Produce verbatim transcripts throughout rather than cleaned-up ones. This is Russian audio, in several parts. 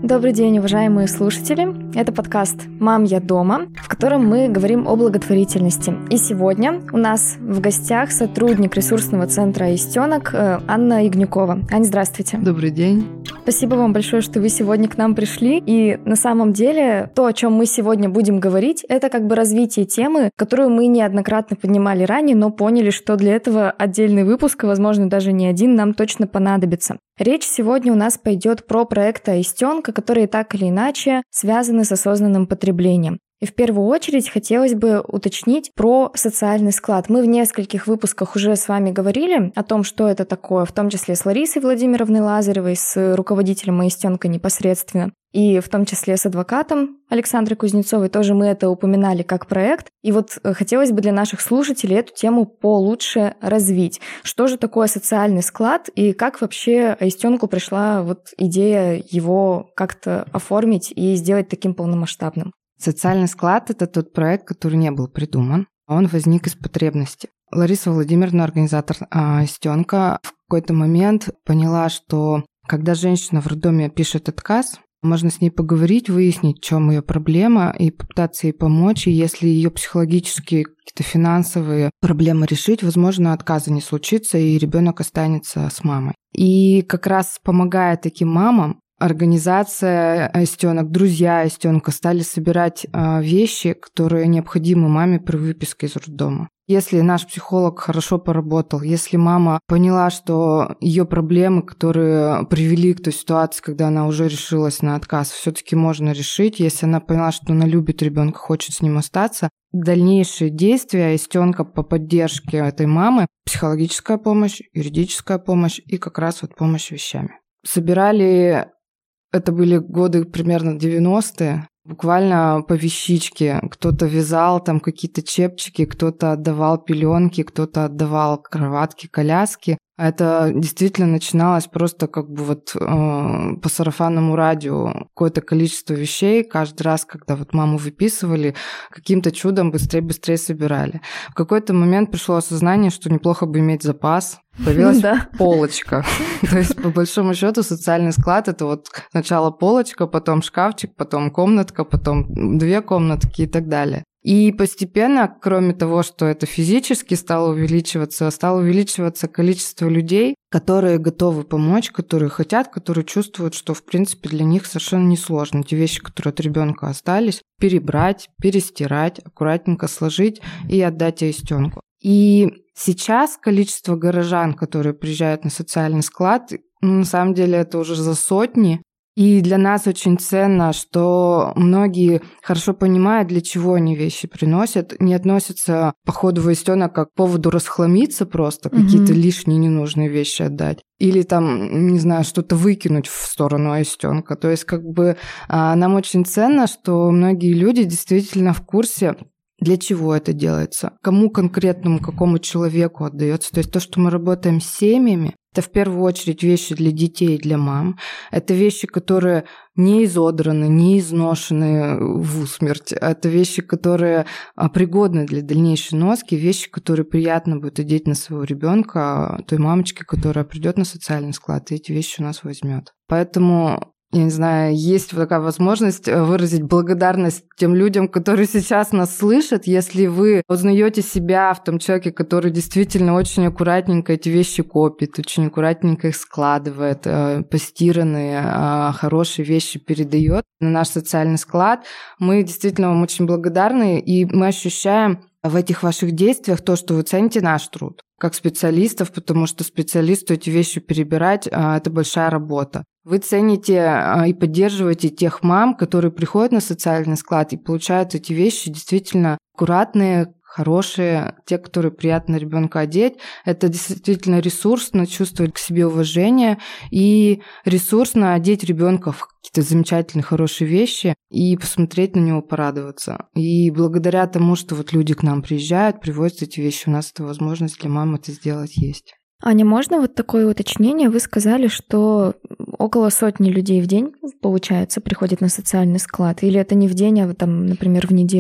Добрый день, уважаемые слушатели. Это подкаст «Мам, я дома», в котором мы говорим о благотворительности. И сегодня у нас в гостях сотрудник ресурсного центра «Аистенок» Анна Ягнюкова. Ань, здравствуйте. Добрый день. Спасибо вам большое, что вы сегодня к нам пришли. И на самом деле то, о чем мы сегодня будем говорить, это как бы развитие темы, которую мы неоднократно поднимали ранее, но поняли, что для этого отдельный выпуск, возможно, даже не один, нам точно понадобится. Речь сегодня у нас пойдет про проекты «Аистенка», которые так или иначе связаны с осознанным потреблением. И в первую очередь хотелось бы уточнить про социальный склад. Мы в нескольких выпусках уже с вами говорили о том, что это такое, в том числе с Ларисой Владимировной Лазаревой, с руководителем «Аистенка» непосредственно, и в том числе с адвокатом Александрой Кузнецовой. Тоже мы это упоминали как проект. И вот хотелось бы для наших слушателей эту тему получше развить. Что же такое социальный склад и как вообще Аистенку пришла вот идея его как-то оформить и сделать таким полномасштабным? Социальный склад – это тот проект, который не был придуман, а он возник из потребности. Лариса Владимировна, организатор Аистенка, в какой-то момент поняла, что когда женщина в роддоме пишет отказ, можно с ней поговорить, выяснить, в чем ее проблема, и попытаться ей помочь. И если ее психологические, какие-то финансовые проблемы решить, возможно, отказа не случится, и ребенок останется с мамой. И как раз помогая таким мамам, организация Аистенок, друзья Аистенка стали собирать вещи, которые необходимы маме при выписке из роддома. Если наш психолог хорошо поработал, если мама поняла, что ее проблемы, которые привели к той ситуации, когда она уже решилась на отказ, все-таки можно решить, если она поняла, что она любит ребенка, хочет с ним остаться, дальнейшие действия Аистенка по поддержке этой мамы, психологическая помощь, юридическая помощь и как раз вот помощь вещами. Собирали, это были годы примерно девяностые, буквально по вещичке. Кто-то вязал там какие-то чепчики, кто-то отдавал пеленки, кто-то отдавал кроватки, коляски. А это действительно начиналось просто как бы вот э, по сарафанному радио. Какое-то количество вещей каждый раз, когда вот маму выписывали, каким-то чудом быстрее-быстрее собирали. В какой-то момент пришло осознание, что неплохо бы иметь запас. Появилась да. полочка. То есть, по большому счету, социальный склад – это вот сначала полочка, потом шкафчик, потом комнатка, потом две комнатки и так далее. И постепенно, кроме того, что это физически стало увеличиваться, стало увеличиваться количество людей, которые готовы помочь, которые хотят, которые чувствуют, что, в принципе, для них совершенно несложно те вещи, которые от ребенка остались, перебрать, перестирать, аккуратненько сложить и отдать Аистенку. И сейчас количество горожан, которые приезжают на социальный склад, на самом деле это уже за сотни. И для нас очень ценно, что многие хорошо понимают, для чего они вещи приносят, не относятся к походу в Аистенок как к поводу расхламиться просто, mm-hmm. какие-то лишние ненужные вещи отдать. Или там, не знаю, что-то выкинуть в сторону Аистенка. То есть как бы нам очень ценно, что многие люди действительно в курсе, для чего это делается, кому конкретному, какому человеку отдается. То есть то, что мы работаем с семьями, это в первую очередь вещи для детей и для мам. Это вещи, которые не изодраны, не изношены в усмерть. Это вещи, которые пригодны для дальнейшей носки, вещи, которые приятно будет одеть на своего ребенка, той мамочке, которая придет на социальный склад, и эти вещи у нас возьмет. Поэтому я не знаю, есть такая возможность выразить благодарность тем людям, которые сейчас нас слышат. Если вы узнаете себя в том человеке, который действительно очень аккуратненько эти вещи копит, очень аккуратненько их складывает, постиранные, хорошие вещи передает на наш социальный склад, мы действительно вам очень благодарны, и мы ощущаем в этих ваших действиях то, что вы цените наш труд как специалистов, потому что специалисту эти вещи перебирать – это большая работа. Вы цените и поддерживаете тех мам, которые приходят на социальный склад и получают эти вещи действительно аккуратные, хорошие, те, которые приятно ребенка одеть. Это действительно ресурсно чувствовать к себе уважение и ресурсно одеть ребенка в какие-то замечательные, хорошие вещи и посмотреть на него, порадоваться. И благодаря тому, что вот люди к нам приезжают, привозят эти вещи, у нас эта возможность для мамы это сделать есть. Аня, можно вот такое уточнение? Вы сказали, что около сотни людей в день, получается, приходит на социальный склад. Или это не в день, а, там, например, в неделю?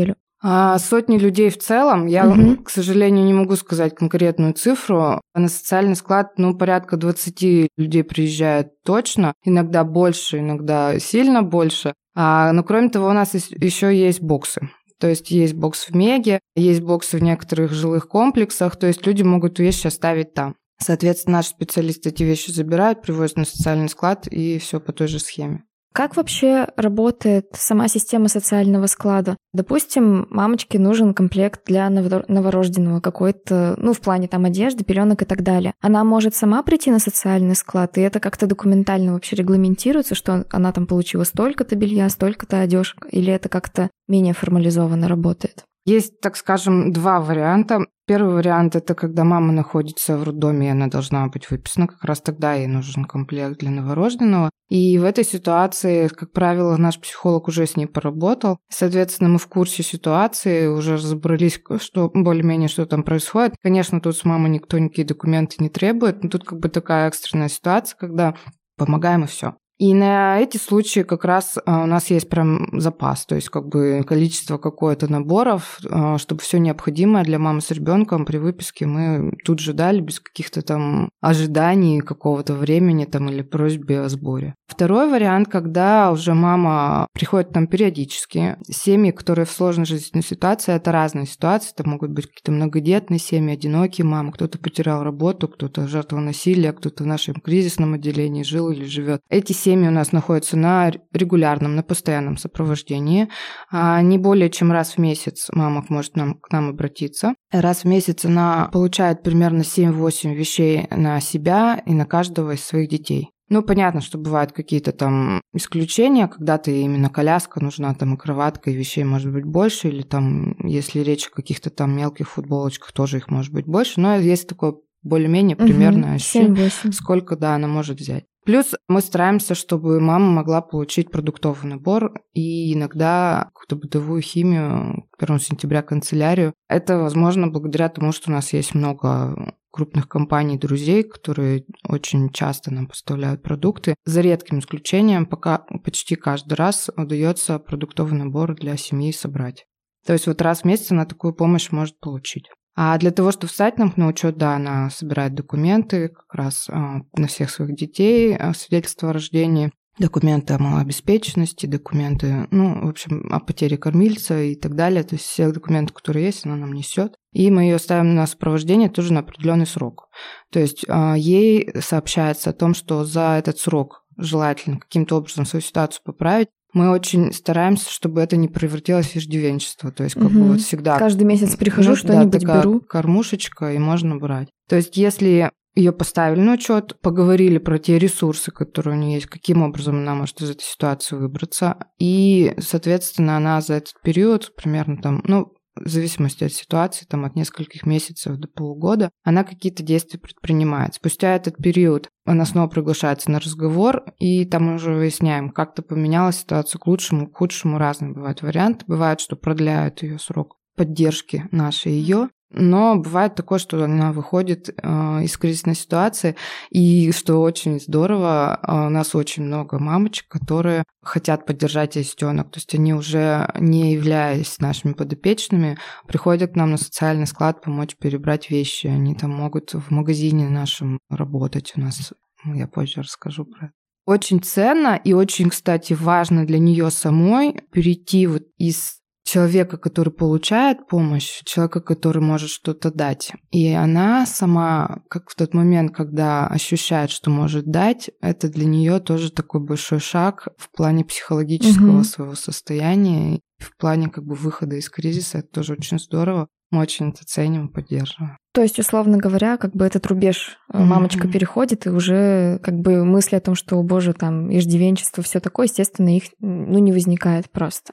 А сотни людей в целом, я, угу. к сожалению, не могу сказать конкретную цифру. На социальный склад, ну, порядка двадцать людей приезжает точно, иногда больше, иногда сильно больше. А, но кроме того, у нас еще есть боксы. То есть есть бокс в Меге, есть боксы в некоторых жилых комплексах, то есть люди могут вещи оставить там. Соответственно, наши специалисты эти вещи забирают, привозят на социальный склад, и все по той же схеме. Как вообще работает сама система социального склада? Допустим, мамочке нужен комплект для новорожденного какой-то, ну, в плане там одежды, пеленок и так далее. Она может сама прийти на социальный склад, и это как-то документально вообще регламентируется, что она там получила столько-то белья, столько-то одежек, или это как-то менее формализованно работает? Есть, так скажем, два варианта. Первый вариант – это когда мама находится в роддоме, и она должна быть выписана. Как раз тогда ей нужен комплект для новорожденного. И в этой ситуации, как правило, наш психолог уже с ней поработал. Соответственно, мы в курсе ситуации, уже разобрались, что более-менее что там происходит. Конечно, тут с мамой никто никакие документы не требует, но тут как бы такая экстренная ситуация, когда помогаем и все. И на эти случаи как раз у нас есть прям запас, то есть как бы количество какое-то наборов, чтобы все необходимое для мамы с ребенком при выписке мы тут же дали без каких-то там ожиданий какого-то времени там или просьбы о сборе. Второй вариант, когда уже мама приходит там периодически. Семьи, которые в сложной жизненной ситуации, это разные ситуации, это могут быть какие-то многодетные семьи, одинокие мамы, кто-то потерял работу, кто-то жертва насилия, кто-то в нашем кризисном отделении жил или живет. Эти семьи у нас находятся на регулярном, на постоянном сопровождении. Не более чем раз в месяц мама может нам, к нам обратиться. Раз в месяц она получает примерно семь-восемь вещей на себя и на каждого из своих детей. Ну, понятно, что бывают какие-то там исключения, когда-то именно коляска нужна, там и кроватка, и вещей может быть больше, или там, если речь о каких-то там мелких футболочках, тоже их может быть больше, но есть такое более-менее примерное угу, ощущение, сколько, да, она может взять. Плюс мы стараемся, чтобы мама могла получить продуктовый набор и иногда какую-то бытовую химию к первому сентября канцелярию. Это возможно благодаря тому, что у нас есть много крупных компаний, друзей, которые очень часто нам поставляют продукты. За редким исключением, пока почти каждый раз удается продуктовый набор для семьи собрать. То есть вот раз в месяц она такую помощь может получить. А для того, чтобы встать нам на учет, да, она собирает документы как раз на всех своих детей, свидетельство о рождении, документы о малообеспеченности, документы, ну, в общем, о потере кормильца и так далее. То есть все документы, которые есть, она нам несет. И мы ее ставим на сопровождение тоже на определенный срок. То есть ей сообщается о том, что за этот срок желательно каким-то образом свою ситуацию поправить. Мы очень стараемся, чтобы это не превратилось в иждивенчество. То есть как угу. бы вот всегда... Каждый месяц прихожу, ну, что-нибудь да, беру. Кормушечка, и можно брать. То есть если ее поставили на учет, поговорили про те ресурсы, которые у нее есть, каким образом она может из этой ситуации выбраться. И, соответственно, она за этот период, примерно там, ну, в зависимости от ситуации, там от нескольких месяцев до полугода, она какие-то действия предпринимает. Спустя этот период она снова приглашается на разговор, и там мы уже выясняем, как-то поменялась ситуация к лучшему, к худшему. Разные бывают варианты. Бывает, что продляют ее срок поддержки нашей ее. Но бывает такое, что она выходит э, из кризисной ситуации, и что очень здорово, э, у нас очень много мамочек, которые хотят поддержать ястёнок, то есть они уже, не являясь нашими подопечными, приходят к нам на социальный склад помочь перебрать вещи, они там могут в магазине нашем работать у нас, я позже расскажу про это. Очень ценно и очень, кстати, важно для нее самой перейти вот из человека, который получает помощь, человека, который может что-то дать. И она сама, как в тот момент, когда ощущает, что может дать, это для нее тоже такой большой шаг в плане психологического угу. своего состояния, в плане как бы выхода из кризиса. Это тоже очень здорово. Мы очень это ценим и поддерживаем. То есть, условно говоря, как бы этот рубеж mm-hmm. мамочка переходит, и уже как бы мысли о том, что, о боже, там, иждивенчество, все такое, естественно, их ну, не возникает просто.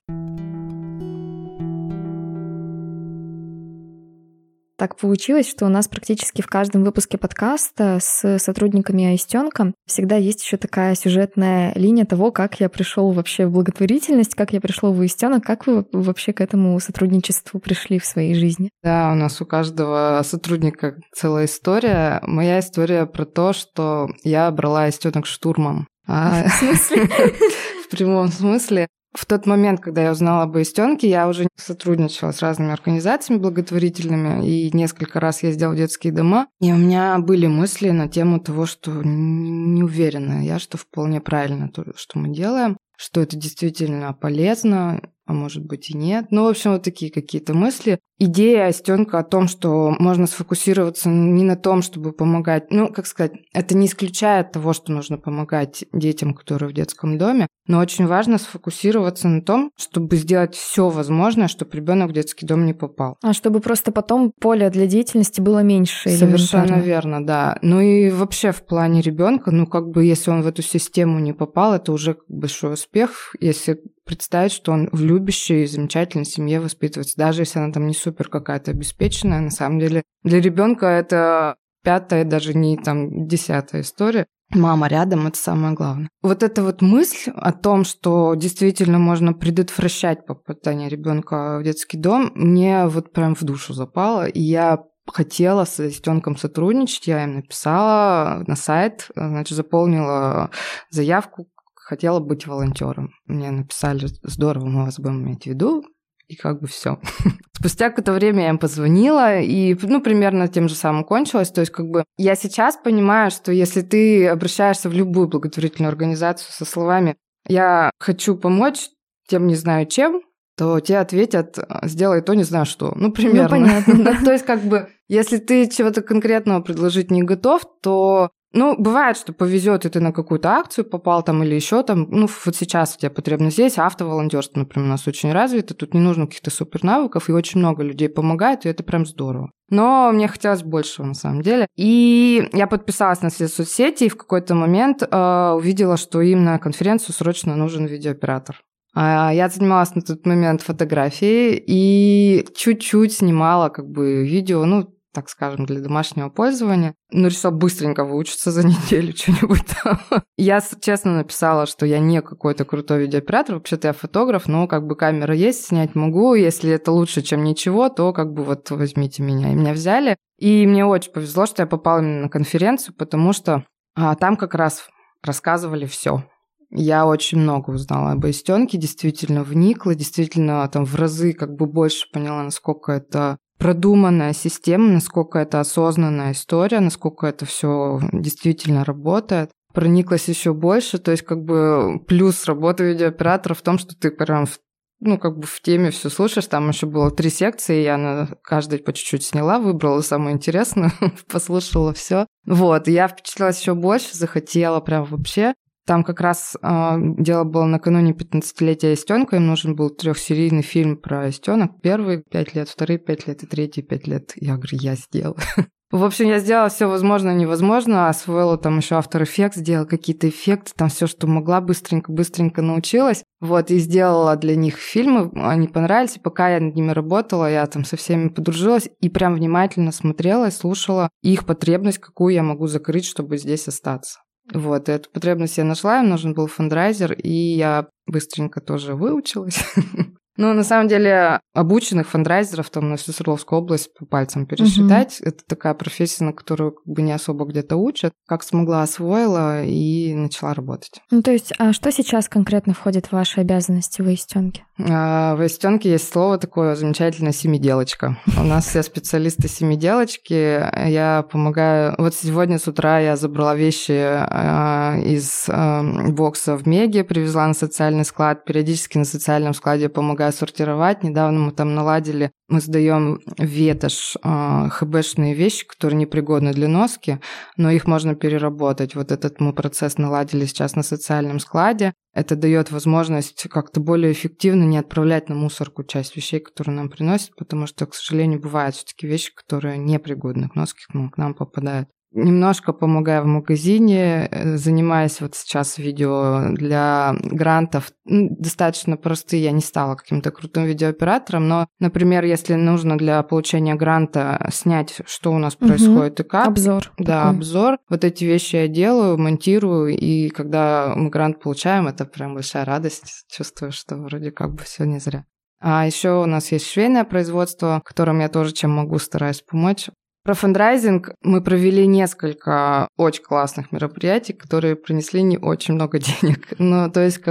Так получилось, что у нас практически в каждом выпуске подкаста с сотрудниками Аистёнка всегда есть еще такая сюжетная линия того, как я пришел вообще в благотворительность, как я пришел в Аистёнок, как вы вообще к этому сотрудничеству пришли в своей жизни? Да, у нас у каждого сотрудника целая история. Моя история про то, что я брала Аистёнок штурмом. В смысле? В прямом смысле. В тот момент, когда я узнала об Аистенке, я уже сотрудничала с разными организациями благотворительными и несколько раз ездила в детские дома. И у меня были мысли на тему того, что не уверена я, что вполне правильно то, что мы делаем, что это действительно полезно, а может быть и нет. Ну, в общем, вот такие какие-то мысли. Идея Аистенка о том, что можно сфокусироваться не на том, чтобы помогать, ну, как сказать, это не исключает того, что нужно помогать детям, которые в детском доме, но очень важно сфокусироваться на том, чтобы сделать все возможное, чтобы ребенок в детский дом не попал. А чтобы просто потом поле для деятельности было меньше. Совершенно верно, да. Ну и вообще в плане ребенка, ну, как бы, если он в эту систему не попал, это уже большой успех, если представить, что он в любящей, замечательной семье воспитывается, даже если она там не супер какая-то обеспеченная, на самом деле для ребенка это пятая, даже не там десятая история. Мама рядом, это самое главное. Вот эта вот мысль о том, что действительно можно предотвращать попадание ребенка в детский дом, мне вот прям в душу запала, и я хотела с Аистенком сотрудничать, я им написала на сайт, значит, заполнила заявку, хотела быть волонтером. Мне написали: здорово, мы вас будем иметь в виду, и как бы все. Спустя какое-то время я им позвонила, и, ну, примерно тем же самым кончилось. То есть, как бы, я сейчас понимаю, что если ты обращаешься в любую благотворительную организацию со словами «я хочу помочь, тем не знаю чем», то тебе ответят «сделай то, не знаю что». Ну, примерно. Ну, понятно, да. То есть, как бы, если ты чего-то конкретного предложить не готов, то... Ну, бывает, что повезет, и ты на какую-то акцию попал там или еще там. Ну, вот сейчас у тебя потребность есть. Автоволонтерство, например, у нас очень развито. Тут не нужно каких-то супер навыков, и очень много людей помогает, и это прям здорово. Но мне хотелось большего, на самом деле. И я подписалась на все соцсети, и в какой-то момент э, увидела, что им на конференцию срочно нужен видеооператор. Я занималась на тот момент фотографией и чуть-чуть снимала как бы видео, ну, так скажем, для домашнего пользования. Ну, решила быстренько выучиться за неделю что-нибудь там. Я честно написала, что я не какой-то крутой видеооператор, вообще-то я фотограф, но как бы камера есть, снять могу. Если это лучше, чем ничего, то как бы вот возьмите меня. И меня взяли. И мне очень повезло, что я попала именно на конференцию, потому что а, там как раз рассказывали все. Я очень много узнала об Аистенке, действительно вникла, действительно там в разы как бы больше поняла, насколько это продуманная система, насколько это осознанная история, насколько это все действительно работает. Прониклась еще больше, то есть как бы плюс работы видеооператора в том, что ты прям в, ну, как бы в теме все слушаешь. Там еще было три секции, я на каждой по чуть-чуть сняла, выбрала самое интересное, послушала все. Вот, и я впечатлилась еще больше, захотела прям вообще. Там как раз э, дело было накануне пятнадцатилетия Аистенка, им нужен был трехсерийный фильм про Аистенок. Первый пять лет, вторые пять лет и третий пять лет. Я говорю, я сделала. В общем, я сделала все возможное и невозможное, освоила там еще After Effects, сделала какие-то эффекты, там все, что могла, быстренько-быстренько научилась. Вот, и сделала для них фильмы, они понравились, и пока я над ними работала, я там со всеми подружилась и прям внимательно смотрела и слушала их потребность, какую я могу закрыть, чтобы здесь остаться. Вот, эту потребность я нашла, им нужен был фандрайзер, и я быстренько тоже выучилась. Ну, на самом деле, обученных фандрайзеров там на всю Свердловскую область по пальцам пересчитать. Mm-hmm. Это такая профессия, на которую как бы не особо где-то учат. Как смогла, освоила и начала работать. Ну, то есть, а что сейчас конкретно входит в ваши обязанности в Аистенке? А, в Аистенке есть слово такое замечательное «семиделочка». У нас все специалисты семиделочки. Я помогаю... Вот сегодня с утра я забрала вещи из бокса в Меге, привезла на социальный склад. Периодически на социальном складе помогаю сортировать. Недавно мы там наладили, мы сдаем в ветошь э, хэбэшные вещи, которые непригодны для носки, но их можно переработать. Вот этот мы процесс наладили сейчас на социальном складе. Это дает возможность как-то более эффективно не отправлять на мусорку часть вещей, которые нам приносят, потому что, к сожалению, бывают все-таки вещи, которые непригодны к носке, к нам попадают. Немножко помогаю в магазине, занимаюсь вот сейчас видео для грантов. Достаточно простые, я не стала каким-то крутым видеооператором, но, например, если нужно для получения гранта снять, что у нас угу. происходит и как. Обзор. Да, такой. Обзор. Вот эти вещи я делаю, монтирую, и когда мы грант получаем, это прям большая радость. Чувствую, что вроде как бы все не зря. А еще у нас есть швейное производство, которым я тоже чем могу стараюсь помочь. Про фандрайзинг мы провели несколько очень классных мероприятий, которые принесли не очень много денег. Ну, то есть, как бы,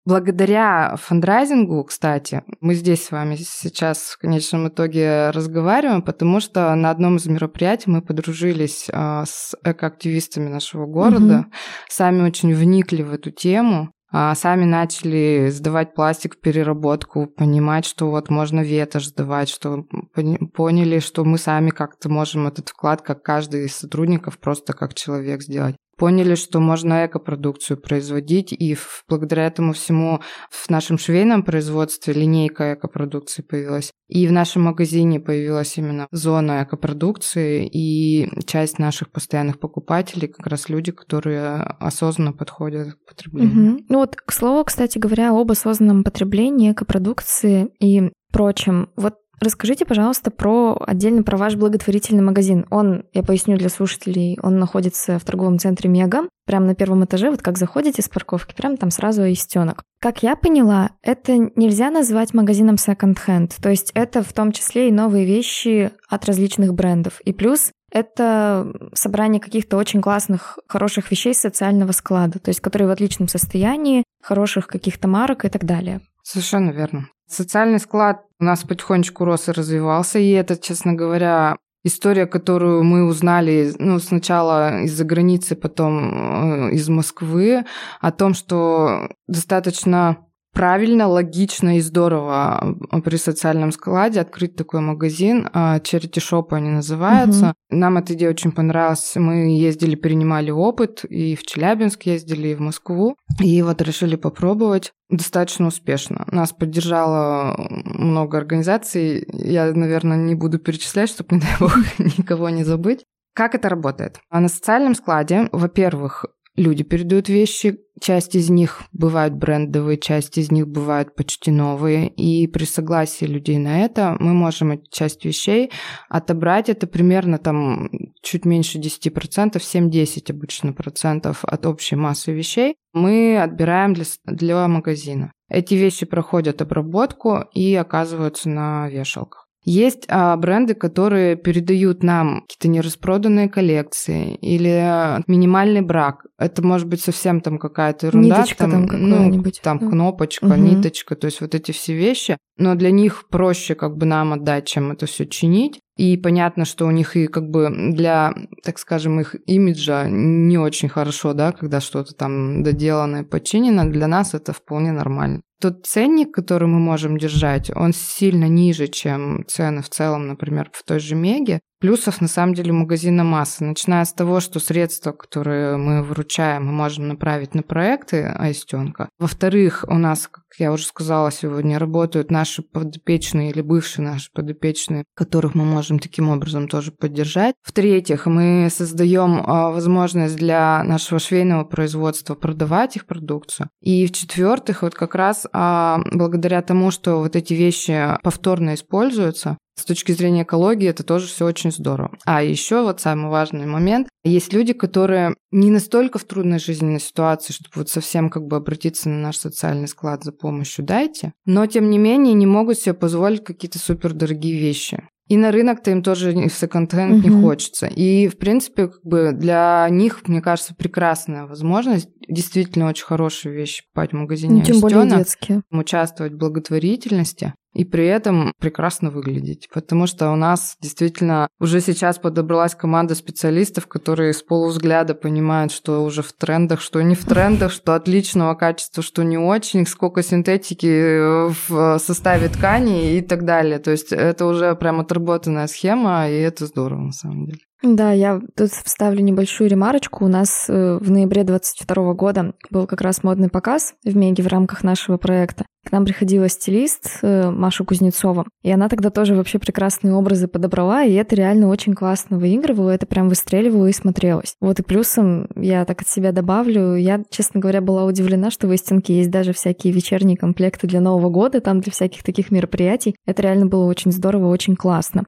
Благодаря фандрайзингу, кстати, мы здесь с вами сейчас в конечном итоге разговариваем, потому что на одном из мероприятий мы подружились с экоактивистами нашего города, угу. сами очень вникли в эту тему. Сами начали сдавать пластик в переработку, понимать, что вот можно ветошь сдавать, что поняли, что мы сами как-то можем этот вклад, как каждый из сотрудников, просто как человек сделать. Поняли, что можно экопродукцию производить, и благодаря этому всему в нашем швейном производстве линейка экопродукции появилась. И в нашем магазине появилась именно зона экопродукции, и часть наших постоянных покупателей как раз люди, которые осознанно подходят к потреблению. Угу. Ну вот, к слову, кстати говоря, об осознанном потреблении экопродукции и прочем. Вот расскажите, пожалуйста, про отдельно про ваш благотворительный магазин. Он, я поясню для слушателей, он находится в торговом центре «Мега», прямо на первом этаже, вот как заходите с парковки, прямо там сразу Аистёнок. Как я поняла, это нельзя назвать магазином секонд-хенд, то есть это в том числе и новые вещи от различных брендов. И плюс это собрание каких-то очень классных, хороших вещей с социального склада, то есть которые в отличном состоянии, хороших каких-то марок и так далее. Совершенно верно. Социальный склад у нас потихонечку рос и развивался, и это, честно говоря, история, которую мы узнали, ну, сначала из-за границы, потом из Москвы, о том, что достаточно правильно, логично и здорово при социальном складе открыть такой магазин. Charity-шопы они называются. Угу. Нам эта идея очень понравилась. Мы ездили, перенимали опыт, и в Челябинск ездили, и в Москву. И вот решили попробовать. Достаточно успешно. Нас поддержало много организаций. Я, наверное, не буду перечислять, чтобы, не дай бог, никого не забыть. Как это работает? А на социальном складе, во-первых, люди передают вещи, часть из них бывают брендовые, часть из них бывают почти новые, и при согласии людей на это мы можем эту часть вещей отобрать. Это примерно там чуть меньше десять процентов, семь-десять обычно процентов от общей массы вещей мы отбираем для, для магазина. Эти вещи проходят обработку и оказываются на вешалках. Есть а, бренды, которые передают нам какие-то нераспроданные коллекции или минимальный брак. Это может быть совсем там какая-то ерунда. Ниточка там, там какая-нибудь. Ну, там да. кнопочка, угу. ниточка, то есть вот эти все вещи. Но для них проще как бы нам отдать, чем это все чинить. И понятно, что у них и как бы для, так скажем, их имиджа не очень хорошо, да, когда что-то там доделанное, починено. Для нас это вполне нормально. Тот ценник, который мы можем держать, он сильно ниже, чем цены в целом, например, в той же Меге. Плюсов, на самом деле, у магазина масса. Начиная с того, что средства, которые мы выручаем, мы можем направить на проекты Аистёнка. Во-вторых, у нас, как я уже сказала сегодня, работают наши подопечные или бывшие наши подопечные, которых мы можем таким образом тоже поддержать. В-третьих, мы создаем возможность для нашего швейного производства продавать их продукцию. И в-четвертых, вот как раз благодаря тому, что вот эти вещи повторно используются, с точки зрения экологии это тоже все очень здорово. А еще вот самый важный момент. Есть люди, которые не настолько в трудной жизненной ситуации, чтобы вот совсем как бы обратиться на наш социальный склад за помощью «дайте», но тем не менее не могут себе позволить какие-то супердорогие вещи. И на рынок-то им тоже в секонд-хенд угу. не хочется. И, в принципе, как бы для них, мне кажется, прекрасная возможность действительно очень хорошие вещи покупать в магазине ну, тем более детские. Участвовать в благотворительности и при этом прекрасно выглядеть. Потому что у нас действительно уже сейчас подобралась команда специалистов, которые с полувзгляда понимают, что уже в трендах, что не в трендах, что отличного качества, что не очень, сколько синтетики в составе ткани и так далее. То есть это уже прям отработанная схема, и это здорово на самом деле. Да, я тут вставлю небольшую ремарочку. У нас в ноябре двадцать второго года был как раз модный показ в Меге в рамках нашего проекта. К нам приходила стилист Маша Кузнецова, и она тогда тоже вообще прекрасные образы подобрала, и это реально очень классно выигрывало, это прям выстреливало и смотрелось. Вот и плюсом я так от себя добавлю, я, честно говоря, была удивлена, что в Аистёнке есть даже всякие вечерние комплекты для Нового года, там для всяких таких мероприятий. Это реально было очень здорово, очень классно.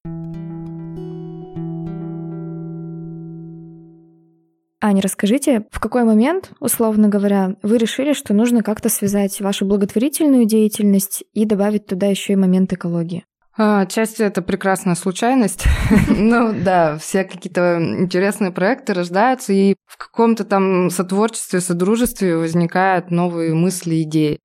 Аня, расскажите, в какой момент, условно говоря, вы решили, что нужно как-то связать вашу благотворительную деятельность и добавить туда еще и момент экологии? Отчасти это прекрасная случайность. Ну да, все какие-то интересные проекты рождаются, и в каком-то там сотворчестве, содружестве возникают новые мысли, идеи.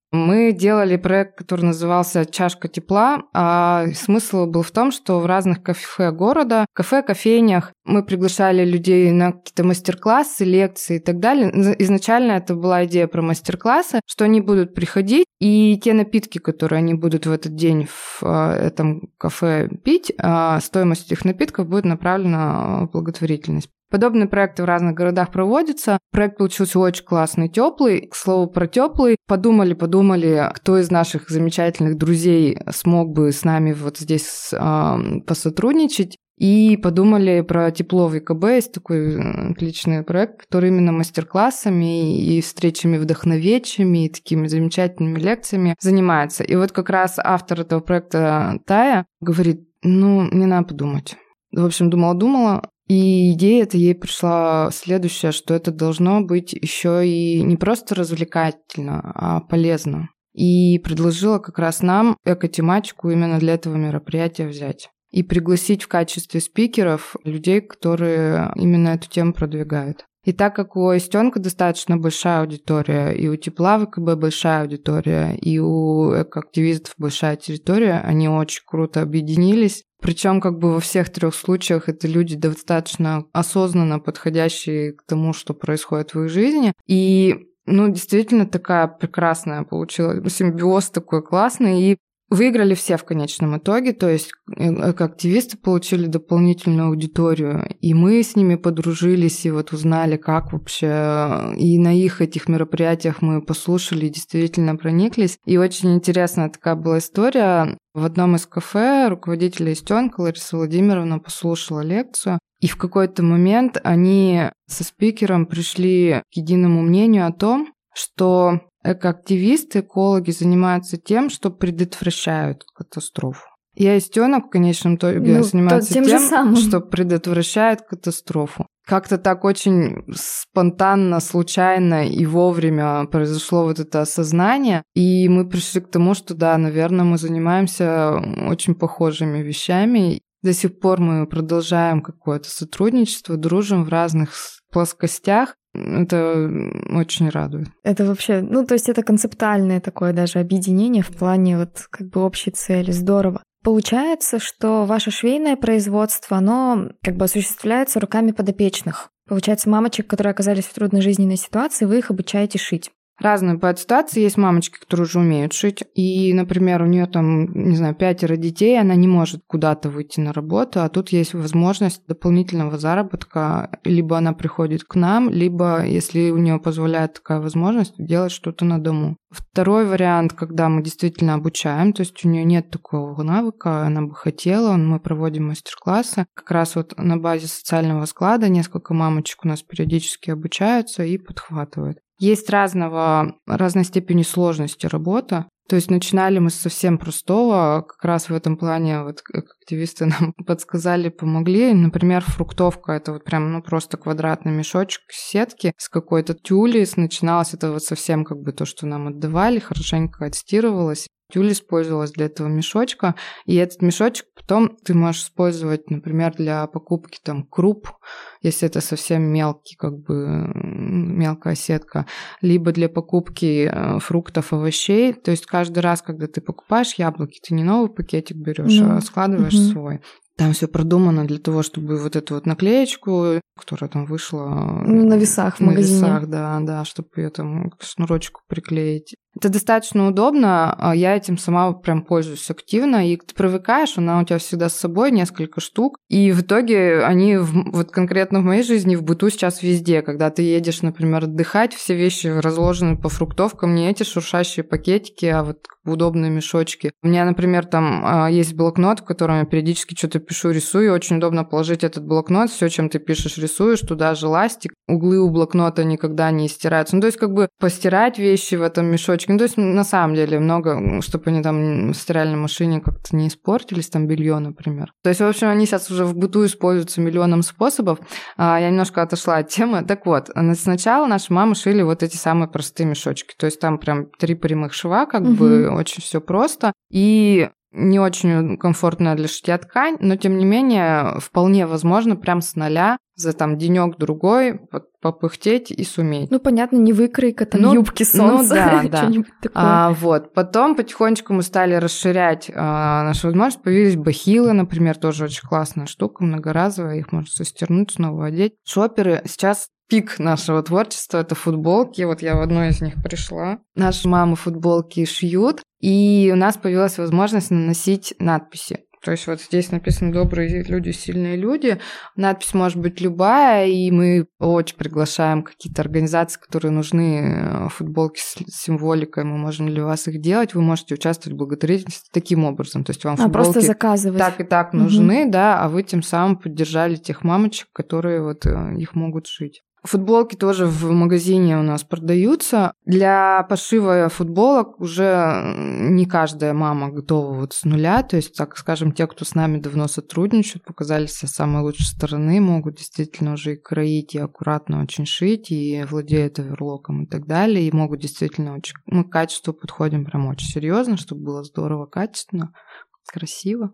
Мы делали проект, который назывался «Чашка тепла», а смысл был в том, что в разных кафе города, кафе, кофейнях мы приглашали людей на какие-то мастер-классы, лекции и так далее. Изначально это была идея про мастер-классы, что они будут приходить, и те напитки, которые они будут в этот день в этом кафе пить, стоимость этих напитков будет направлена в благотворительность. Подобные проекты в разных городах проводятся. Проект получился очень классный, теплый. К слову, про теплый. Подумали, подумали, кто из наших замечательных друзей смог бы с нами вот здесь э, посотрудничать. И подумали про тепло в ВКБ. Есть такой отличный проект, который именно мастер-классами и встречами вдохновениями, и такими замечательными лекциями занимается. И вот как раз автор этого проекта Тая говорит, ну, не надо подумать. В общем, думала-думала. И идея эта ей пришла следующая, что это должно быть еще и не просто развлекательно, а полезно. И предложила как раз нам эко-тематику именно для этого мероприятия взять. И пригласить в качестве спикеров людей, которые именно эту тему продвигают. И так как у Аистёнка достаточно большая аудитория, и у Тепла ВКБ большая аудитория, и у экоактивистов большая территория, они очень круто объединились. Причем как бы во всех трех случаях это люди достаточно осознанно подходящие к тому, что происходит в их жизни. И, ну, действительно такая прекрасная получилась, симбиоз такой классный. И выиграли все в конечном итоге, то есть активисты получили дополнительную аудиторию, и мы с ними подружились, и вот узнали, как вообще, и на их этих мероприятиях мы послушали, действительно прониклись. И очень интересная такая была история. В одном из кафе руководитель Аистёнка Лариса Владимировна послушала лекцию, и в какой-то момент они со спикером пришли к единому мнению о том, что экоактивисты, экологи занимаются тем, что предотвращают катастрофу. И Аистёнок в конечном итоге ну, занимается тем, тем что предотвращает катастрофу. Как-то так очень спонтанно, случайно и вовремя произошло вот это осознание, и мы пришли к тому, что да, наверное, мы занимаемся очень похожими вещами. До сих пор мы продолжаем какое-то сотрудничество, дружим в разных плоскостях. Это очень радует. Это вообще, ну, то есть это концептуальное такое даже объединение в плане вот как бы общей цели. Здорово. Получается, что ваше швейное производство, оно как бы осуществляется руками подопечных. Получается, мамочек, которые оказались в трудной жизненной ситуации, вы их обучаете шить. Разные бывают ситуации. Есть мамочки, которые уже умеют шить. И, например, у нее там, не знаю, пятеро детей, она не может куда-то выйти на работу, а тут есть возможность дополнительного заработка. Либо она приходит к нам, либо, если у нее позволяет такая возможность, делать что-то на дому. Второй вариант, когда мы действительно обучаем, то есть у нее нет такого навыка, она бы хотела, мы проводим мастер-классы. Как раз вот на базе социального склада несколько мамочек у нас периодически обучаются и подхватывают. Есть разного, разной степени сложности работа. То есть начинали мы с совсем простого, как раз в этом плане вот активисты нам подсказали, помогли. Например, фруктовка, это вот прям ну, просто квадратный мешочек сетки с какой-то тюли. Начиналось это вот совсем как бы то, что нам отдавали, хорошенько отстирывалось. Тюль использовалась для этого мешочка, и этот мешочек потом ты можешь использовать, например, для покупки там круп, если это совсем мелкий, как бы мелкая сетка, либо для покупки фруктов, овощей. То есть каждый раз, когда ты покупаешь яблоки, ты не новый пакетик берешь, mm. а складываешь mm-hmm. свой. Там все продумано для того, чтобы вот эту вот наклеечку, которая там вышла на весах в магазине. На весах, да, да, чтобы ее там к шнурочку приклеить. Это достаточно удобно, я этим сама прям пользуюсь активно, и ты привыкаешь, она у тебя всегда с собой, несколько штук, и в итоге они в, вот конкретно в моей жизни в быту сейчас везде, когда ты едешь, например, отдыхать, все вещи разложены по фруктовкам, не эти шуршащие пакетики, а вот удобные мешочки. У меня, например, там есть блокнот, в котором я периодически что-то пишу, рисую, и очень удобно положить этот блокнот, все, чем ты пишешь, рисуешь, туда же ластик, углы у блокнота никогда не стираются. Ну, то есть как бы постирать вещи в этом мешочке. Ну, то есть на самом деле много, чтобы они там в стиральной машине как-то не испортились, там белье, например. То есть, в общем, они сейчас уже в быту используются миллионом способов. Я немножко отошла от темы. Так вот, сначала наши мамы шили вот эти самые простые мешочки. То есть там прям три прямых шва, как угу. бы очень все просто. И не очень комфортная для шитья ткань, но тем не менее вполне возможно прям с нуля за там денёк-другой попыхтеть и суметь. Ну, понятно, не выкройка, там, ну, юбки солнца, ну, да, да. что-нибудь такое. А, вот. Потом потихонечку мы стали расширять а, наши возможности. Появились бахилы, например, тоже очень классная штука, многоразовая, их можно состернуть, снова одеть. Шоперы. Сейчас пик нашего творчества – это футболки. Вот я в одной из них пришла. Наши мамы футболки шьют, и у нас появилась возможность наносить надписи. То есть вот здесь написано «Добрые люди, сильные люди». Надпись может быть любая, и мы очень приглашаем какие-то организации, которые нужны футболки с символикой. Мы можем для вас их делать. Вы можете участвовать в благотворительности таким образом. То есть вам а, футболки просто заказывать. Так и так нужны, угу. да, а вы тем самым поддержали тех мамочек, которые вот их могут шить. Футболки тоже в магазине у нас продаются. Для пошива футболок уже не каждая мама готова вот с нуля. То есть, так скажем, те, кто с нами давно сотрудничают, показали себя с самой лучшей стороны, могут действительно уже и кроить, и аккуратно очень шить, и владеют оверлоком и так далее. И могут действительно очень... Мы к качеству подходим прям очень серьезно, чтобы было здорово, качественно, красиво.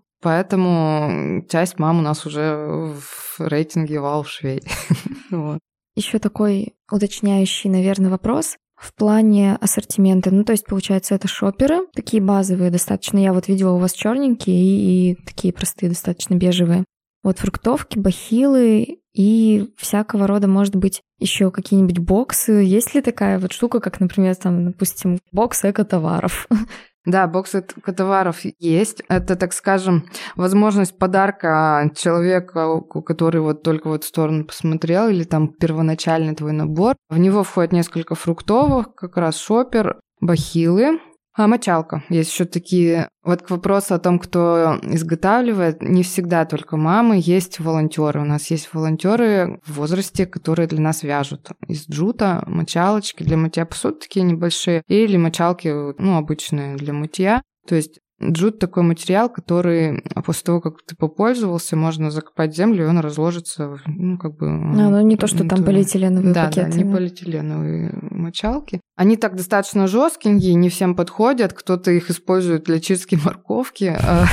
Поэтому часть мам у нас уже в рейтинге вау-швей. Вот. Еще такой уточняющий, наверное, вопрос в плане ассортимента. Ну, то есть, получается, это шоперы, такие базовые достаточно. Я вот видела у вас черненькие и, и такие простые, достаточно бежевые. Вот фруктовки, бахилы и всякого рода, может быть, еще какие-нибудь боксы. Есть ли такая вот штука, как, например, там, допустим, бокс эко-товаров? Да, бокс эко-товаров есть. Это, так скажем, возможность подарка человеку, который вот только вот в сторону посмотрел, или там первоначальный твой набор. В него входит несколько фруктовых, как раз шопер, бахилы, а мочалка. Есть еще такие... Вот к вопросу о том, кто изготавливает, не всегда только мамы, есть волонтеры. У нас есть волонтеры в возрасте, которые для нас вяжут из джута мочалочки для мытья посуды такие небольшие, или мочалки, ну, обычные для мытья. То есть джут такой материал, который после того, как ты попользовался, можно закопать в землю, и он разложится, ну, как бы... А, ну, не то, что там полиэтиленовые да, пакеты. Да, не полиэтиленовые мочалки. Они так достаточно жесткие, не всем подходят. Кто-то их использует для чистки морковки.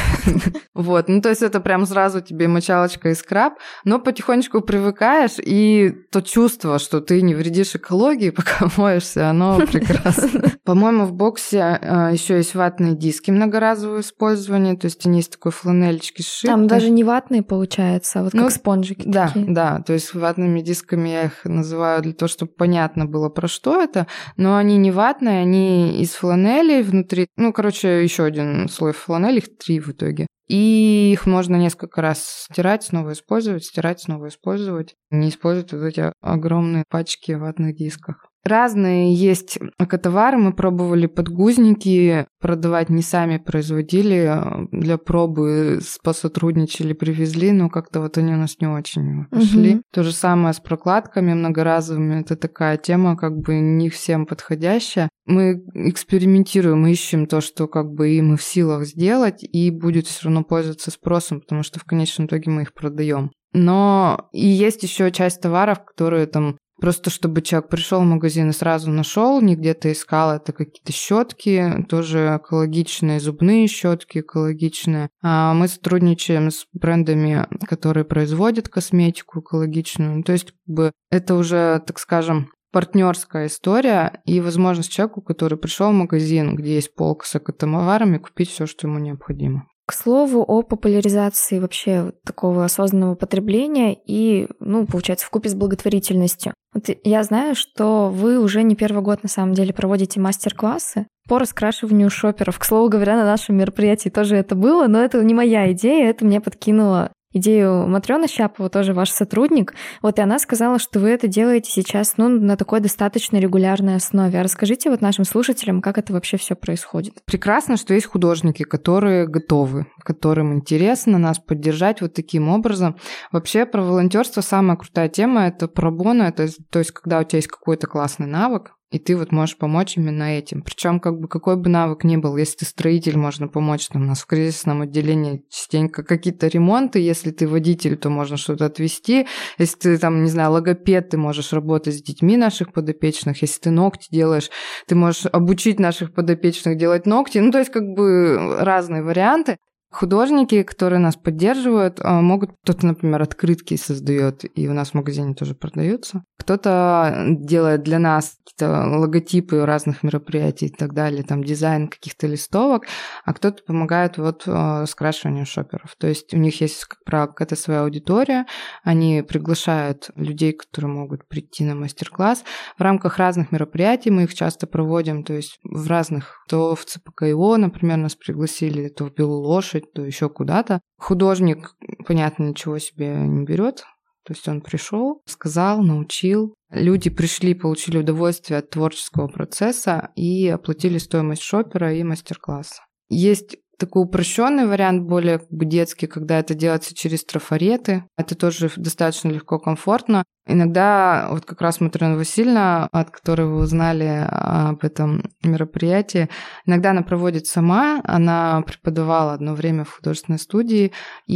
Вот, ну, то есть это прям сразу тебе мочалочка и скраб, но потихонечку привыкаешь, и то чувство, что ты не вредишь экологии, пока моешься, оно прекрасно. По-моему, в боксе еще есть ватные диски многоразовые, использование, то есть они есть такой фланелечки сшиты. Там даже не ватные, получается, а вот ну, как спонжики да, такие. Да, то есть ватными дисками я их называю для того, чтобы понятно было, про что это, но они не ватные, они из фланели внутри, ну, короче, еще один слой фланели, их три в итоге. И их можно несколько раз стирать, снова использовать, стирать, снова использовать. Не использовать вот эти огромные пачки ватных дисков. Разные есть экотовары. Мы пробовали подгузники продавать, не сами производили. Для пробы посотрудничали, привезли, но как-то вот они у нас не очень пошли. Угу. То же самое с прокладками многоразовыми. Это такая тема, как бы не всем подходящая. Мы экспериментируем, мы ищем то, что как бы и мы в силах сделать, и будет все равно пользоваться спросом, потому что в конечном итоге мы их продаем. Но и есть еще часть товаров, которые там просто чтобы человек пришел в магазин и сразу нашел, не где-то искал, это какие-то щетки, тоже экологичные, зубные щетки экологичные. А мы сотрудничаем с брендами, которые производят косметику экологичную. То есть как бы это уже, так скажем, партнерская история и возможность человеку, который пришел в магазин, где есть полка с экотоварами, купить все, что ему необходимо. К слову о популяризации вообще такого осознанного потребления и, ну, получается, вкупе с благотворительностью. Вот я знаю, что вы уже не первый год на самом деле проводите мастер-классы по раскрашиванию шоперов. К слову говоря, на нашем мероприятии тоже это было, но это не моя идея, это мне подкинула идею Матрёна Щапова, тоже ваш сотрудник. Вот и она сказала, что вы это делаете сейчас, ну, на такой достаточно регулярной основе. А расскажите вот нашим слушателям, как это вообще все происходит. Прекрасно, что есть художники, которые готовы, которым интересно нас поддержать вот таким образом. Вообще про волонтерство самая крутая тема — это пробоно, это, то есть когда у тебя есть какой-то классный навык, И ты вот можешь помочь именно этим. Причем как бы какой бы навык ни был, если ты строитель, можно помочь. Там у нас в кризисном отделении частенько какие-то ремонты. Если ты водитель, то можно что-то отвезти. Если ты там, не знаю, логопед, ты можешь работать с детьми наших подопечных. Если ты ногти делаешь, ты можешь обучить наших подопечных делать ногти. Ну, то есть как бы разные варианты. Художники, которые нас поддерживают, могут... Кто-то, например, открытки создает, и у нас в магазине тоже продаются. Кто-то делает для нас какие-то логотипы разных мероприятий и так далее, там дизайн каких-то листовок, а кто-то помогает вот скрашиванию шоперов. То есть у них есть, как правило, какая-то своя аудитория, они приглашают людей, которые могут прийти на мастер-класс. В рамках разных мероприятий мы их часто проводим, то есть в разных... То в ЦПКИО, например, нас пригласили, то в Белую лошадь, то еще куда-то. Художник, понятно, ничего себе не берет. То есть он пришел, сказал, научил. Люди пришли, получили удовольствие от творческого процесса и оплатили стоимость шопера и мастер-класса. Есть такой упрощенный вариант, более как бы детский, когда это делается через трафареты. Это тоже достаточно легко, комфортно. Иногда, вот как раз Матрена Васильевна, от которой вы узнали об этом мероприятии, иногда она проводит сама, она преподавала одно время в художественной студии,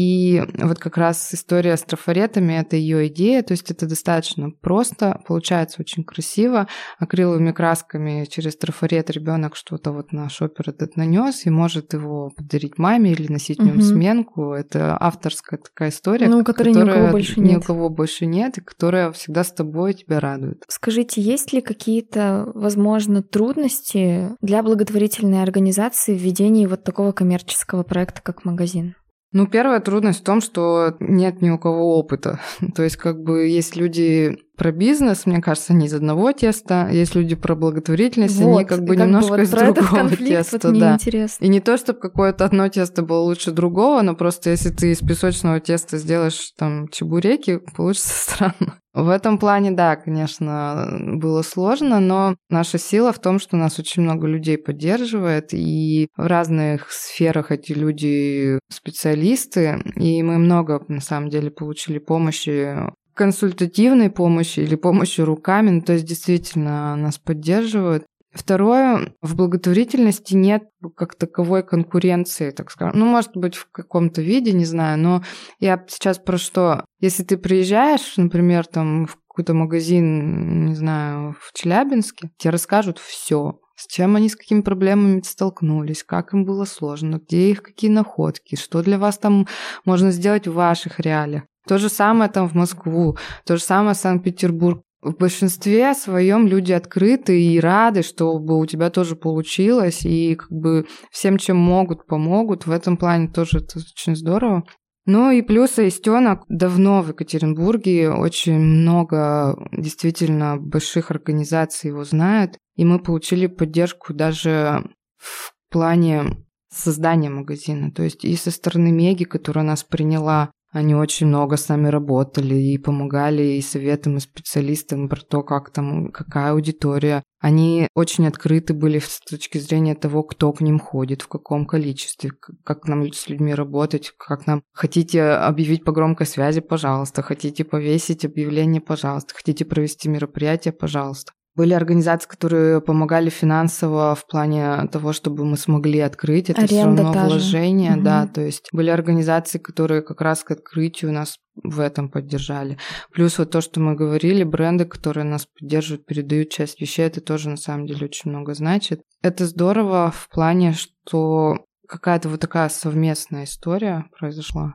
и вот как раз история с трафаретами — это ее идея, то есть это достаточно просто, получается очень красиво, акриловыми красками через трафарет ребенок что-то вот на шопер этот нанес и может его подарить маме или носить в нем угу. сменку. Это авторская такая история, ну, которой которая ни у кого больше нет. Ни у кого больше нет, и которая всегда с тобой, тебя радует. Скажите, есть ли какие-то, возможно, трудности для благотворительной организации в ведении вот такого коммерческого проекта, как магазин? Ну, первая трудность в том, что нет ни у кого опыта. То есть, как бы, есть люди про бизнес, мне кажется, они из одного теста, есть люди про благотворительность, вот, они как бы как немножко бы вот из другого теста. Вот да. Интересно. И не то, чтобы какое-то одно тесто было лучше другого, но просто если ты из песочного теста сделаешь там чебуреки, получится странно. В этом плане, да, конечно, было сложно, но наша сила в том, что нас очень много людей поддерживает, и в разных сферах эти люди специалисты, и мы много, на самом деле, получили помощи, консультативной помощи или помощи руками, ну, то есть действительно нас поддерживают. Второе, в благотворительности нет как таковой конкуренции, так скажем. Ну, может быть, в каком-то виде, не знаю, но я сейчас про что? Если ты приезжаешь, например, там в какой-то магазин, не знаю, в Челябинске, тебе расскажут все. С чем они, с какими проблемами столкнулись, как им было сложно, где их какие находки, что для вас там можно сделать в ваших реалиях. То же самое там в Москву, то же самое в Санкт-Петербург. В большинстве своем люди открыты и рады, чтобы у тебя тоже получилось, и как бы всем, чем могут, помогут. В этом плане тоже это очень здорово. Ну и плюс Аистенок давно в Екатеринбурге, очень много действительно больших организаций его знают, и мы получили поддержку даже в плане создания магазина. То есть и со стороны Меги, которая нас приняла, они очень много с нами работали и помогали и советам, и специалистам про то, как там, какая аудитория. Они очень открыты были с точки зрения того, кто к ним ходит, в каком количестве, как нам с людьми работать, как нам... Хотите объявить по громкой связи, пожалуйста. Хотите повесить объявление, пожалуйста. Хотите провести мероприятие, пожалуйста. Были организации, которые помогали финансово в плане того, чтобы мы смогли открыть. Это все равно вложение, угу. да. То есть были организации, которые как раз к открытию нас в этом поддержали. Плюс вот то, что мы говорили, бренды, которые нас поддерживают, передают часть вещей, это тоже на самом деле очень много значит. Это здорово в плане, что какая-то вот такая совместная история произошла.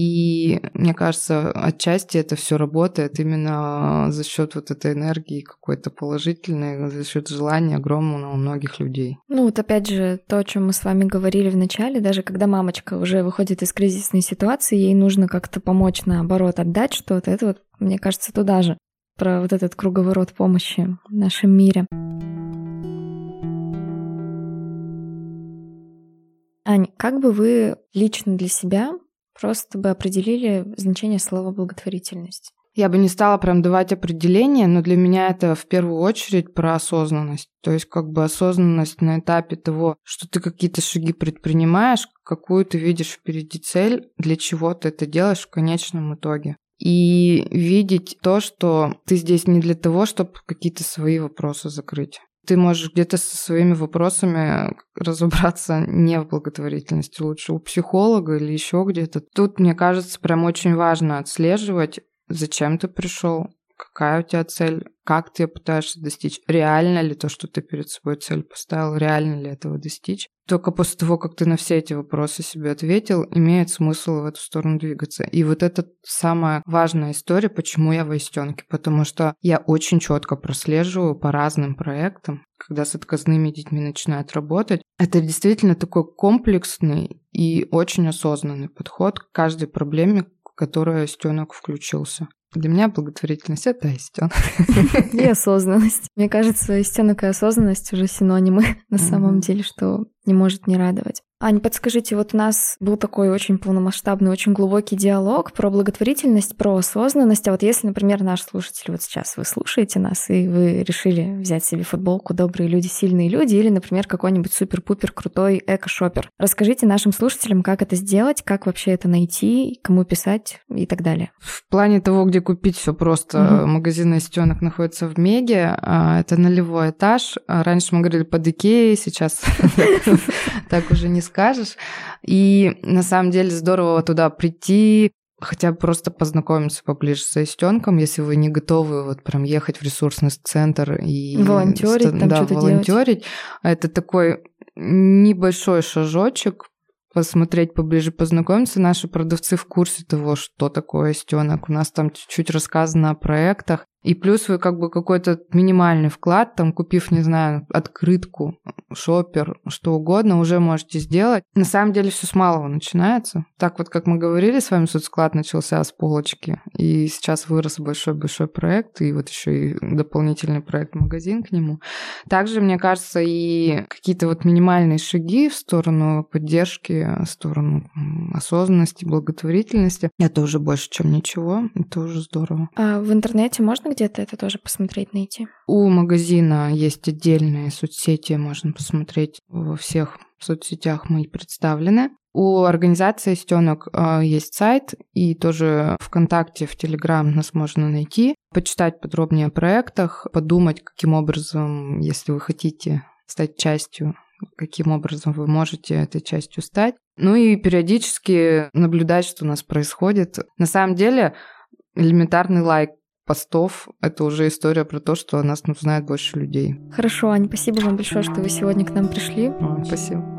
И мне кажется, отчасти это все работает именно за счет вот этой энергии какой-то положительной, за счет желания огромного у многих людей. Ну вот опять же, то, о чем мы с вами говорили в начале, даже когда мамочка уже выходит из кризисной ситуации, ей нужно как-то помочь, наоборот, отдать что-то. Это вот, мне кажется, туда же, про вот этот круговорот помощи в нашем мире. Ань, как бы вы лично для себя просто бы определили значение слова «благотворительность»? Я бы не стала прям давать определение, но для меня это в первую очередь про осознанность. То есть как бы осознанность на этапе того, что ты какие-то шаги предпринимаешь, какую ты видишь впереди цель, для чего ты это делаешь в конечном итоге. И видеть то, что ты здесь не для того, чтобы какие-то свои вопросы закрыть. Ты можешь где-то со своими вопросами разобраться не в благотворительности, лучше у психолога или еще где-то. Тут, мне кажется, прям очень важно отслеживать, зачем ты пришел, какая у тебя цель, как ты пытаешься достичь, реально ли то, что ты перед собой цель поставил, реально ли этого достичь. Только после того, как ты на все эти вопросы себе ответил, имеет смысл в эту сторону двигаться. И вот это самая важная история, почему я в Аистенке, потому что я очень четко прослеживаю по разным проектам, когда с отказными детьми начинают работать. Это действительно такой комплексный и очень осознанный подход к каждой проблеме, в которую Аистенок включился. Для меня благотворительность — это Аистенок. И осознанность. Мне кажется, Аистенок и осознанность уже синонимы на самом деле, что не может не радовать. Ань, подскажите, вот у нас был такой очень полномасштабный, очень глубокий диалог про благотворительность, про осознанность. А вот если, например, наш слушатель, вот сейчас вы слушаете нас, и вы решили взять себе футболку «Добрые люди, сильные люди» или, например, какой-нибудь супер-пупер крутой эко-шопер, расскажите нашим слушателям, как это сделать, как вообще это найти, кому писать и так далее. В плане того, где купить, все просто. Угу. Магазин Аистенок находится в Меге. Это нулевой этаж. Раньше мы говорили под Икеей, сейчас так уже не скажешь. И на самом деле здорово туда прийти, хотя бы просто познакомиться поближе с Аистенком, если вы не готовы вот прям ехать в ресурсный центр и волонтерить, там да, что-то волонтерить. делать. Это такой небольшой шажочек, посмотреть поближе, познакомиться. Наши продавцы в курсе того, что такое Аистенок. У нас там чуть-чуть рассказано о проектах. И плюс вы как бы какой-то минимальный вклад, там, купив, не знаю, открытку, шопер, что угодно, уже можете сделать. На самом деле все с малого начинается. Так вот, как мы говорили, с вами соцсклад начался с полочки, и сейчас вырос большой-большой проект, и вот еще и дополнительный проект-магазин к нему. Также, мне кажется, и какие-то вот минимальные шаги в сторону поддержки, в сторону осознанности, благотворительности, это уже больше, чем ничего, это уже здорово. А в интернете можно где-то это тоже посмотреть, найти? У магазина есть отдельные соцсети, можно посмотреть во всех соцсетях, мы представлены. У организации Аистенок есть сайт, и тоже ВКонтакте, в Телеграм нас можно найти, почитать подробнее о проектах, подумать, каким образом, если вы хотите стать частью, каким образом вы можете этой частью стать. Ну и периодически наблюдать, что у нас происходит. На самом деле, элементарный лайк постов — это уже история про то, что о нас узнает больше людей. Хорошо, Аня, спасибо вам большое, что вы сегодня к нам пришли. О, спасибо.